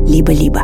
либо-либо.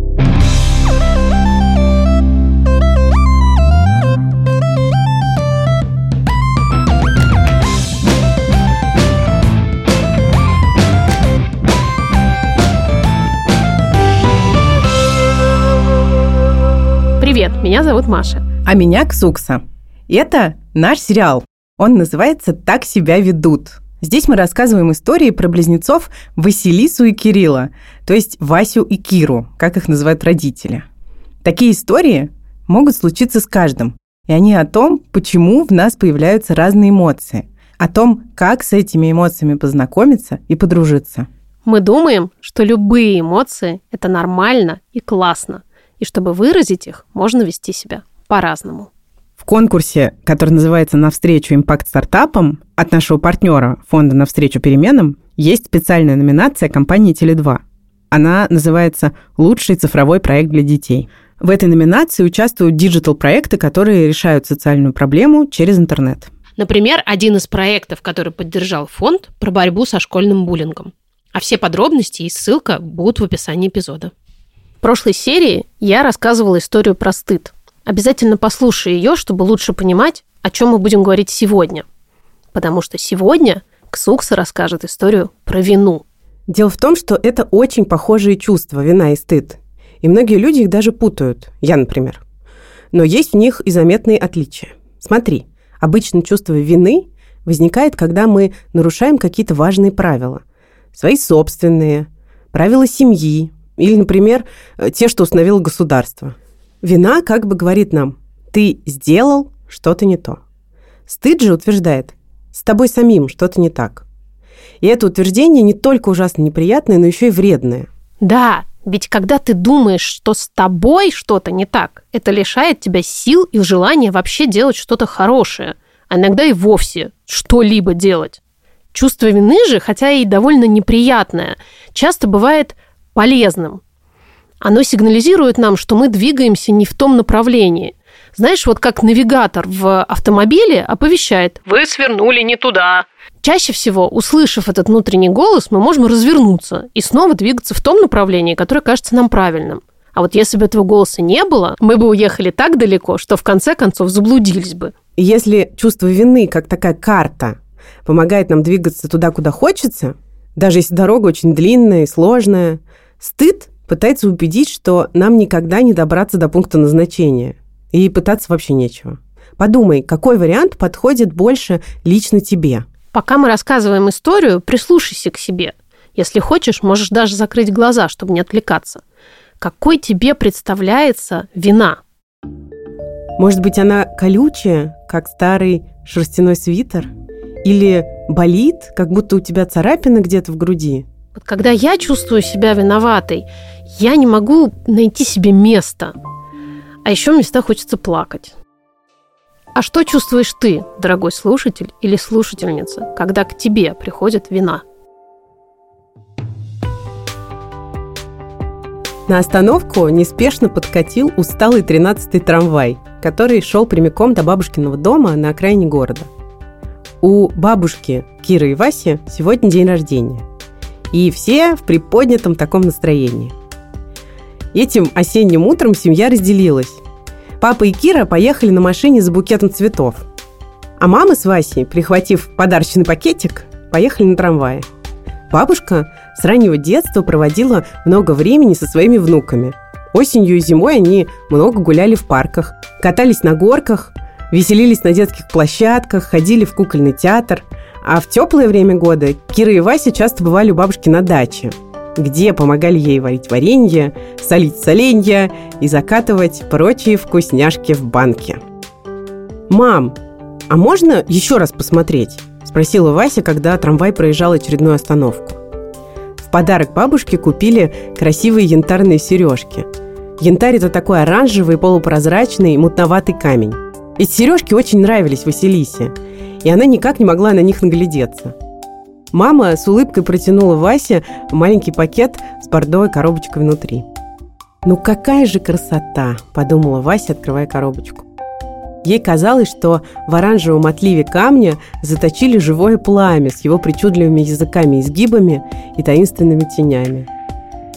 Привет, меня зовут Маша. А меня Ксукса. Это наш сериал. Он называется «Так себя ведут». Здесь мы рассказываем истории про близнецов Василису и Кирилла, то есть Васю и Киру, как их называют родители. Такие истории могут случиться с каждым. И они о том, почему в нас появляются разные эмоции, о том, как с этими эмоциями познакомиться и подружиться. Мы думаем, что любые эмоции – это нормально и классно, и чтобы выразить их, можно вести себя по-разному. В конкурсе, который называется «Навстречу импакт-стартапам» от нашего партнера фонда «Навстречу переменам», есть специальная номинация компании Теле2. Она называется «Лучший цифровой проект для детей». В этой номинации участвуют диджитал-проекты, которые решают социальную проблему через интернет. Например, один из проектов, который поддержал фонд, про борьбу со школьным буллингом. А все подробности и ссылка будут в описании эпизода. В прошлой серии я рассказывала историю про стыд. Обязательно послушай ее, чтобы лучше понимать, о чем мы будем говорить сегодня. Потому что сегодня Ксукса расскажет историю про вину. Дело в том, что это очень похожие чувства, вина и стыд. И многие люди их даже путают. Я, например. Но есть в них и заметные отличия. Смотри, обычно чувство вины возникает, когда мы нарушаем какие-то важные правила. Свои собственные, правила семьи или, например, те, что установило государство. Вина как бы говорит нам: ты сделал что-то не то. Стыд же утверждает: с тобой самим что-то не так. И это утверждение не только ужасно неприятное, но еще и вредное. Да, ведь когда ты думаешь, что с тобой что-то не так, это лишает тебя сил и желания вообще делать что-то хорошее, а иногда и вовсе что-либо делать. Чувство вины же, хотя и довольно неприятное, часто бывает полезным. Оно сигнализирует нам, что мы двигаемся не в том направлении. Знаешь, вот как навигатор в автомобиле оповещает: «Вы свернули не туда». Чаще всего, услышав этот внутренний голос, мы можем развернуться и снова двигаться в том направлении, которое кажется нам правильным. А вот если бы этого голоса не было, мы бы уехали так далеко, что в конце концов заблудились бы. И если чувство вины, как такая карта, помогает нам двигаться туда, куда хочется, даже если дорога очень длинная и сложная, стыд пытается убедить, что нам никогда не добраться до пункта назначения. И пытаться вообще нечего. Подумай, какой вариант подходит больше лично тебе. Пока мы рассказываем историю, прислушайся к себе. Если хочешь, можешь даже закрыть глаза, чтобы не отвлекаться. Какой тебе представляется вина? Может быть, она колючая, как старый шерстяной свитер? Или болит, как будто у тебя царапина где-то в груди? Вот когда я чувствую себя виноватой, я не могу найти себе места. А еще мне всегда хочется плакать. А что чувствуешь ты, дорогой слушатель или слушательница, когда к тебе приходит вина? На остановку неспешно подкатил усталый 13-й трамвай, который шел прямиком до бабушкиного дома на окраине города. У бабушки Киры и Васи сегодня день рождения. И все в приподнятом таком настроении. Этим осенним утром семья разделилась. Папа и Кира поехали на машине за букетом цветов. А мама с Васей, прихватив подарочный пакетик, поехали на трамвае. Бабушка с раннего детства проводила много времени со своими внуками. Осенью и зимой они много гуляли в парках, катались на горках, веселились на детских площадках, ходили в кукольный театр. А в теплое время года Кира и Вася часто бывали у бабушки на даче, где помогали ей варить варенье, солить соленья и закатывать прочие вкусняшки в банке. «Мам, а можно еще раз посмотреть?» – спросила Вася, когда трамвай проезжал очередную остановку. В подарок бабушке купили красивые янтарные сережки. Янтарь – это такой оранжевый, полупрозрачный, мутноватый камень. Эти сережки очень нравились Василисе, и она никак не могла на них наглядеться. Мама с улыбкой протянула Васе маленький пакет с бордовой коробочкой внутри. «Ну какая же красота!» – подумала Вася, открывая коробочку. Ей казалось, что в оранжевом отливе камня заточили живое пламя с его причудливыми языками, изгибами и таинственными тенями.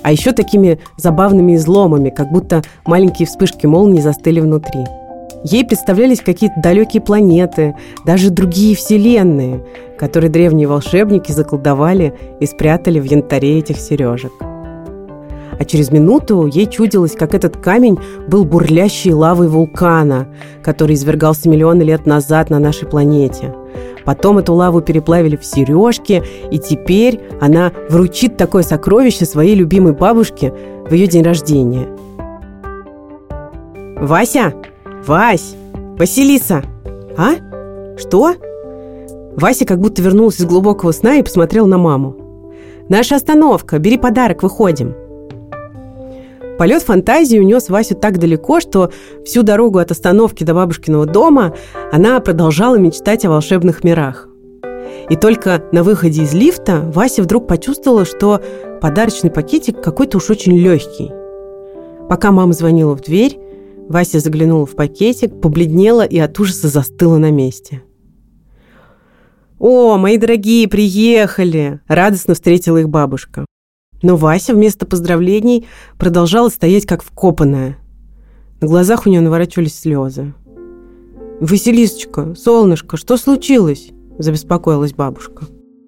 А еще такими забавными изломами, как будто маленькие вспышки молнии застыли внутри. Ей представлялись какие-то далекие планеты, даже другие вселенные, которые древние волшебники заколдовали и спрятали в янтаре этих сережек. А через минуту ей чудилось, как этот камень был бурлящей лавой вулкана, который извергался миллионы лет назад на нашей планете. Потом эту лаву переплавили в сережки, и теперь она вручит такое сокровище своей любимой бабушке в ее день рождения. «Вася! Вась! Василиса! А? Что?» Вася как будто вернулась из глубокого сна и посмотрел на маму. «Наша остановка! Бери подарок, выходим!» Полет фантазии унес Васю так далеко, что всю дорогу от остановки до бабушкиного дома она продолжала мечтать о волшебных мирах. И только на выходе из лифта Вася вдруг почувствовала, что подарочный пакетик какой-то уж очень легкий. Пока мама звонила в дверь, Вася заглянула в пакетик, побледнела и от ужаса застыла на месте. «О, мои дорогие, приехали!» – радостно встретила их бабушка. Но Вася вместо поздравлений продолжала стоять как вкопанная. На глазах у нее наворачивались слезы. «Василисочка, солнышко, что случилось?» – забеспокоилась бабушка.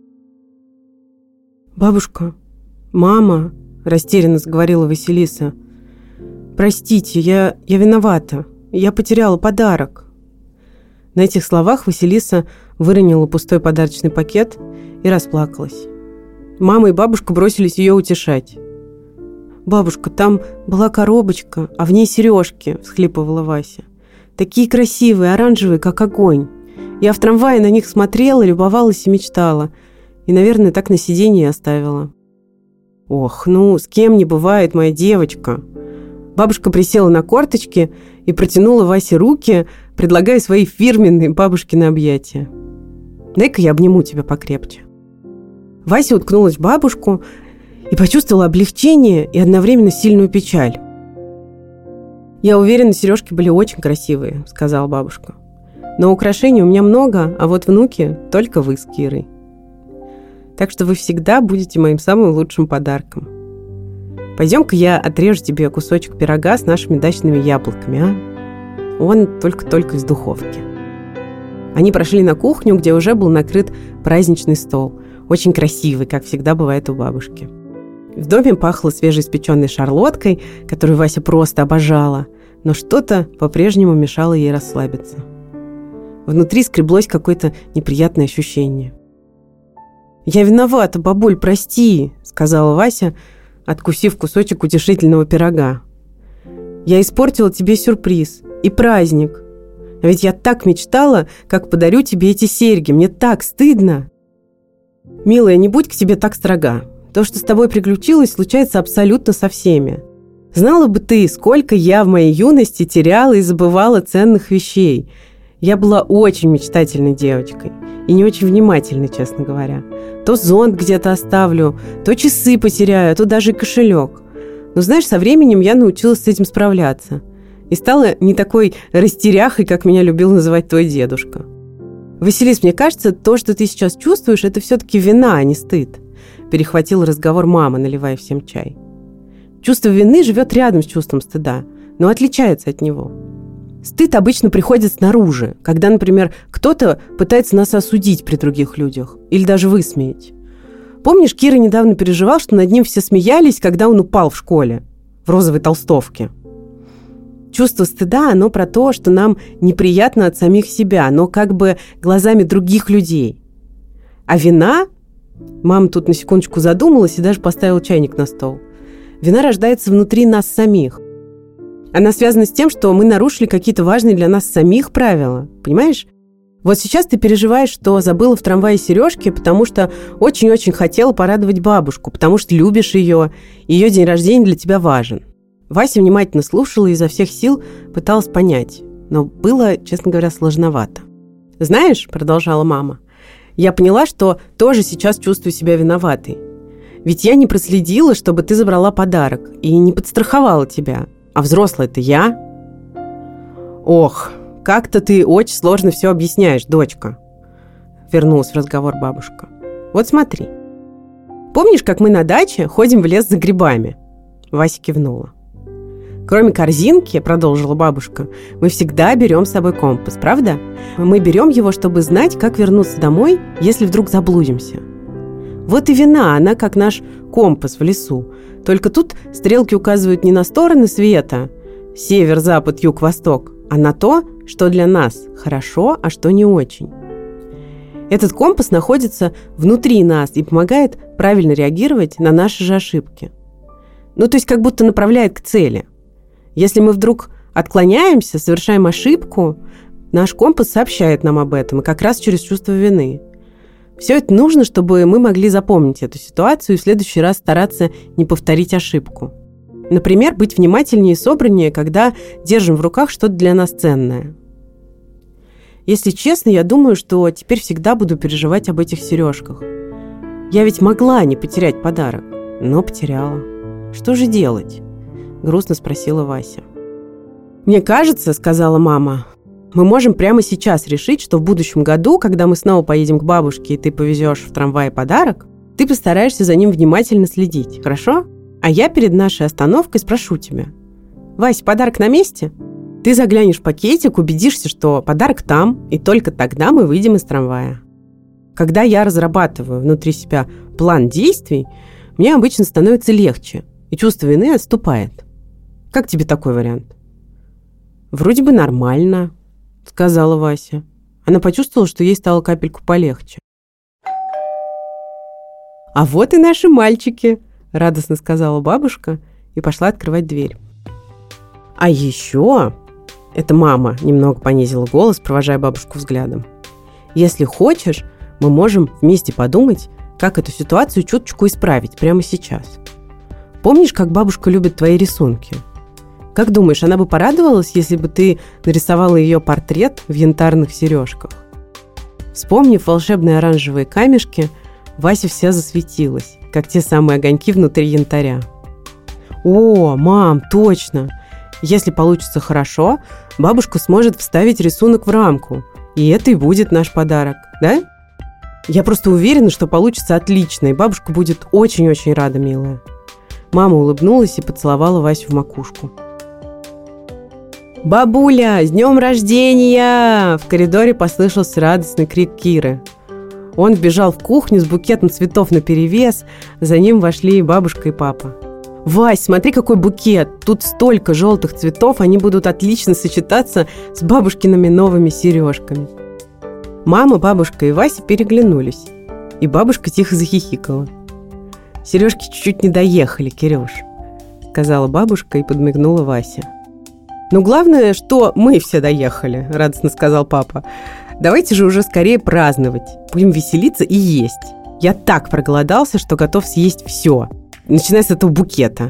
«Бабушка, мама», – растерянно заговорила Василиса, – «простите, я виновата, я потеряла подарок». На этих словах Василиса выронила пустой подарочный пакет и расплакалась. Мама и бабушка бросились ее утешать. «Бабушка, там была коробочка, а в ней сережки», – всхлипывала Вася. «Такие красивые, оранжевые, как огонь. Я в трамвае на них смотрела, любовалась и мечтала. И, наверное, так на сиденье и оставила». «Ох, ну, с кем не бывает, моя девочка». Бабушка присела на корточки и протянула Васе руки, предлагая свои фирменные бабушкины объятия. «Дай-ка я обниму тебя покрепче». Вася уткнулась в бабушку и почувствовала облегчение и одновременно сильную печаль. «Я уверена, сережки были очень красивые», — сказала бабушка. «Но украшений у меня много, а вот внуки только вы с Кирой. Так что вы всегда будете моим самым лучшим подарком. Пойдем-ка я отрежу тебе кусочек пирога с нашими дачными яблоками, а? Он только-только из духовки». Они прошли на кухню, где уже был накрыт праздничный стол. Очень красивый, как всегда бывает у бабушки. В доме пахло свежеиспеченной шарлоткой, которую Вася просто обожала, но что-то по-прежнему мешало ей расслабиться. Внутри скреблось какое-то неприятное ощущение. «Я виновата, бабуль, прости», — сказала Вася, откусив кусочек утешительного пирога. «Я испортила тебе сюрприз и праздник. А ведь я так мечтала, как подарю тебе эти серьги. Мне так стыдно». «Милая, не будь к тебе так строга. То, что с тобой приключилось, случается абсолютно со всеми. Знала бы ты, сколько я в моей юности теряла и забывала ценных вещей. Я была очень мечтательной девочкой и не очень внимательной, честно говоря. То зонт где-то оставлю, то часы потеряю, а то даже и кошелек. Но знаешь, со временем я научилась с этим справляться и стала не такой растеряхой, как меня любил называть твой дедушка. Василис, мне кажется, то, что ты сейчас чувствуешь, это все-таки вина, а не стыд», – перехватила разговор мама, наливая всем чай. «Чувство вины живет рядом с чувством стыда, но отличается от него. Стыд обычно приходит снаружи, когда, например, кто-то пытается нас осудить при других людях или даже высмеять. Помнишь, Кира недавно переживал, что над ним все смеялись, когда он упал в школе в розовой толстовке? Чувство стыда, оно про то, что нам неприятно от самих себя, но как бы глазами других людей. А вина... Мама тут на секундочку задумалась и даже поставила чайник на стол. Вина рождается внутри нас самих. Она связана с тем, что мы нарушили какие-то важные для нас самих правила. Понимаешь? Вот сейчас ты переживаешь, что забыла в трамвае сережки, потому что очень-очень хотела порадовать бабушку, потому что любишь ее, и ее день рождения для тебя важен. Вася внимательно слушала и изо всех сил пыталась понять, но было, честно говоря, сложновато. «Знаешь, — продолжала мама, — я поняла, что тоже сейчас чувствую себя виноватой. Ведь я не проследила, чтобы ты забрала подарок, и не подстраховала тебя. А взрослая-то я». «Ох, как-то ты очень сложно все объясняешь, дочка», — вернулась в разговор бабушка. «Вот смотри. Помнишь, как мы на даче ходим в лес за грибами? Вася кивнула. «Кроме корзинки, — продолжила бабушка, — мы всегда берем с собой компас, правда? Мы берем его, чтобы знать, как вернуться домой, если вдруг заблудимся. Вот и вина, она как наш компас в лесу. Только тут стрелки указывают не на стороны света — север, запад, юг, восток, а на то, что для нас хорошо, а что не очень. Этот компас находится внутри нас и помогает правильно реагировать на наши же ошибки. Ну, то есть как будто направляет к цели. Если мы вдруг отклоняемся, совершаем ошибку, наш компас сообщает нам об этом, и как раз через чувство вины. Все это нужно, чтобы мы могли запомнить эту ситуацию и в следующий раз стараться не повторить ошибку. Например, быть внимательнее и собраннее, когда держим в руках что-то для нас ценное. Если честно, я думаю, что теперь всегда буду переживать об этих сережках. Я ведь могла не потерять подарок, но потеряла. Что же делать? Грустно спросила Вася. «Мне кажется, — сказала мама, — мы можем прямо сейчас решить, что в будущем году, когда мы снова поедем к бабушке, и ты повезешь в трамвае подарок, ты постараешься за ним внимательно следить, хорошо? А я перед нашей остановкой спрошу тебя: Вась, подарок на месте? Ты заглянешь в пакетик, убедишься, что подарок там, и только тогда мы выйдем из трамвая. Когда я разрабатываю внутри себя план действий, мне обычно становится легче, и чувство вины отступает. Как тебе такой вариант?» «Вроде бы нормально», — сказала Вася. Она почувствовала, что ей стало капельку полегче. «А вот и наши мальчики», — радостно сказала бабушка и пошла открывать дверь. «А еще...» — это мама немного понизила голос, провожая бабушку взглядом. «Если хочешь, мы можем вместе подумать, как эту ситуацию чуточку исправить прямо сейчас. Помнишь, как бабушка любит твои рисунки? Как думаешь, она бы порадовалась, если бы ты нарисовала ее портрет в янтарных сережках?» Вспомнив волшебные оранжевые камешки, Вася вся засветилась, как те самые огоньки внутри янтаря. «О, мам, точно! Если получится хорошо, бабушка сможет вставить рисунок в рамку, и это и будет наш подарок, да? Я просто уверена, что получится отлично, и бабушка будет очень-очень рада, милая». Мама улыбнулась и поцеловала Васю в макушку. «Бабуля, с днем рождения!» В коридоре послышался радостный крик Киры. Он вбежал в кухню с букетом цветов наперевес. За ним вошли и бабушка, и папа. «Вась, смотри, какой букет! Тут столько желтых цветов, они будут отлично сочетаться с бабушкиными новыми сережками». Мама, бабушка и Вася переглянулись, и бабушка тихо захихикала. «Сережки чуть-чуть не доехали, Кирюш», — сказала бабушка и подмигнула Васе. «Ну, главное, что мы все доехали», — радостно сказал папа. «Давайте же уже скорее праздновать. Будем веселиться и есть. Я так проголодался, что готов съесть все, начиная с этого букета».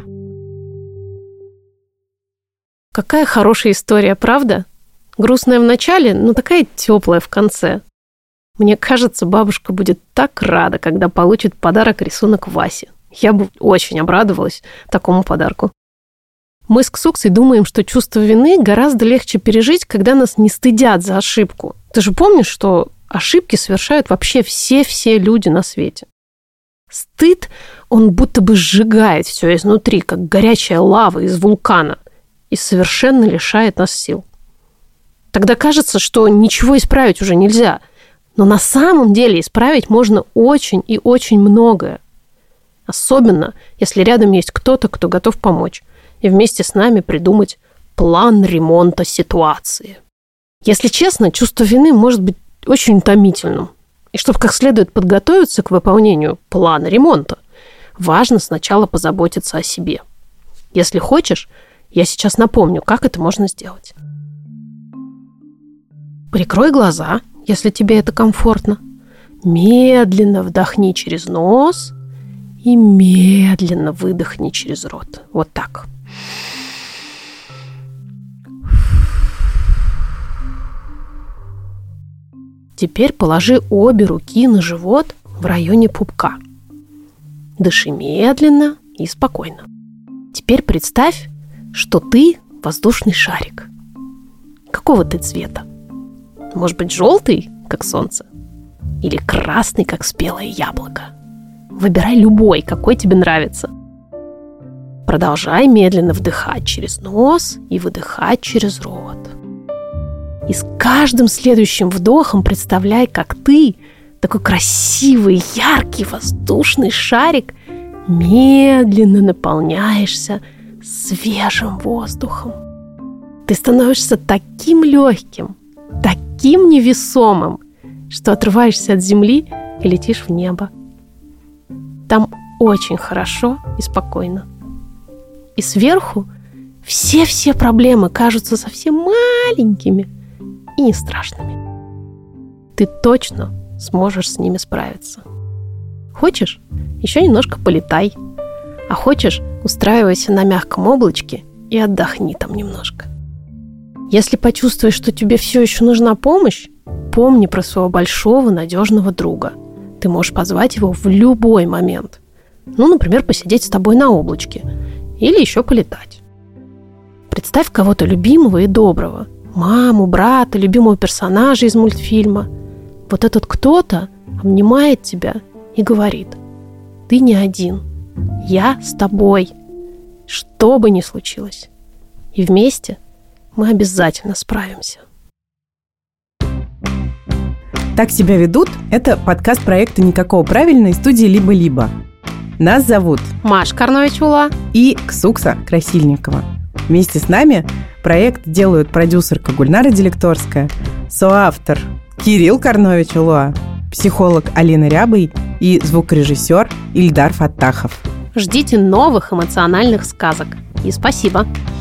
Какая хорошая история, правда? Грустная в начале, но такая теплая в конце. Мне кажется, бабушка будет так рада, когда получит подарок рисунок Васе. Я бы очень обрадовалась такому подарку. Мы с Ксуксой думаем, что чувство вины гораздо легче пережить, когда нас не стыдят за ошибку. Ты же помнишь, что ошибки совершают вообще все люди на свете? Стыд, он будто бы сжигает все изнутри, как горячая лава из вулкана, и совершенно лишает нас сил. Тогда кажется, что ничего исправить уже нельзя. Но на самом деле исправить можно очень и очень многое. Особенно, если рядом есть кто-то, кто готов помочь, и вместе с нами придумать план ремонта ситуации. Если честно, чувство вины может быть очень утомительным. И чтобы как следует подготовиться к выполнению плана ремонта, важно сначала позаботиться о себе. Если хочешь, я сейчас напомню, как это можно сделать. Прикрой глаза, если тебе это комфортно. Медленно вдохни через нос и медленно выдохни через рот. Вот так. Теперь положи обе руки на живот в районе пупка. Дыши медленно и спокойно. Теперь представь, что ты воздушный шарик. Какого ты цвета? Может быть, желтый, как солнце? Или красный, как спелое яблоко? Выбирай любой, какой тебе нравится. Продолжай медленно вдыхать через нос и выдыхать через рот. И с каждым следующим вдохом представляй, как ты, такой красивый, яркий, воздушный шарик, медленно наполняешься свежим воздухом. Ты становишься таким легким, таким невесомым, что отрываешься от земли и летишь в небо. Там очень хорошо и спокойно. И сверху все проблемы кажутся совсем маленькими и не страшными. Ты точно сможешь с ними справиться. Хочешь, еще немножко полетай. А хочешь, устраивайся на мягком облачке и отдохни там немножко. Если почувствуешь, что тебе все еще нужна помощь, помни про своего большого надежного друга. Ты можешь позвать его в любой момент. Например, посидеть с тобой на облачке или еще полетать. Представь кого-то любимого и доброго. Маму, брата, любимого персонажа из мультфильма. Вот этот кто-то обнимает тебя и говорит: ты не один, я с тобой, что бы ни случилось. И вместе мы обязательно справимся. «Так себя ведут» – это подкаст проекта «Никакого правильно» из студии «Либо-либо». Нас зовут Маша Карнович-Ула и Ксукса Красильникова. Вместе с нами проект делают продюсерка Гульнара Делекторская, соавтор Кирилл Карнович-Ула, психолог Алина Рябый и звукорежиссер Ильдар Фаттахов. Ждите новых эмоциональных сказок. И спасибо!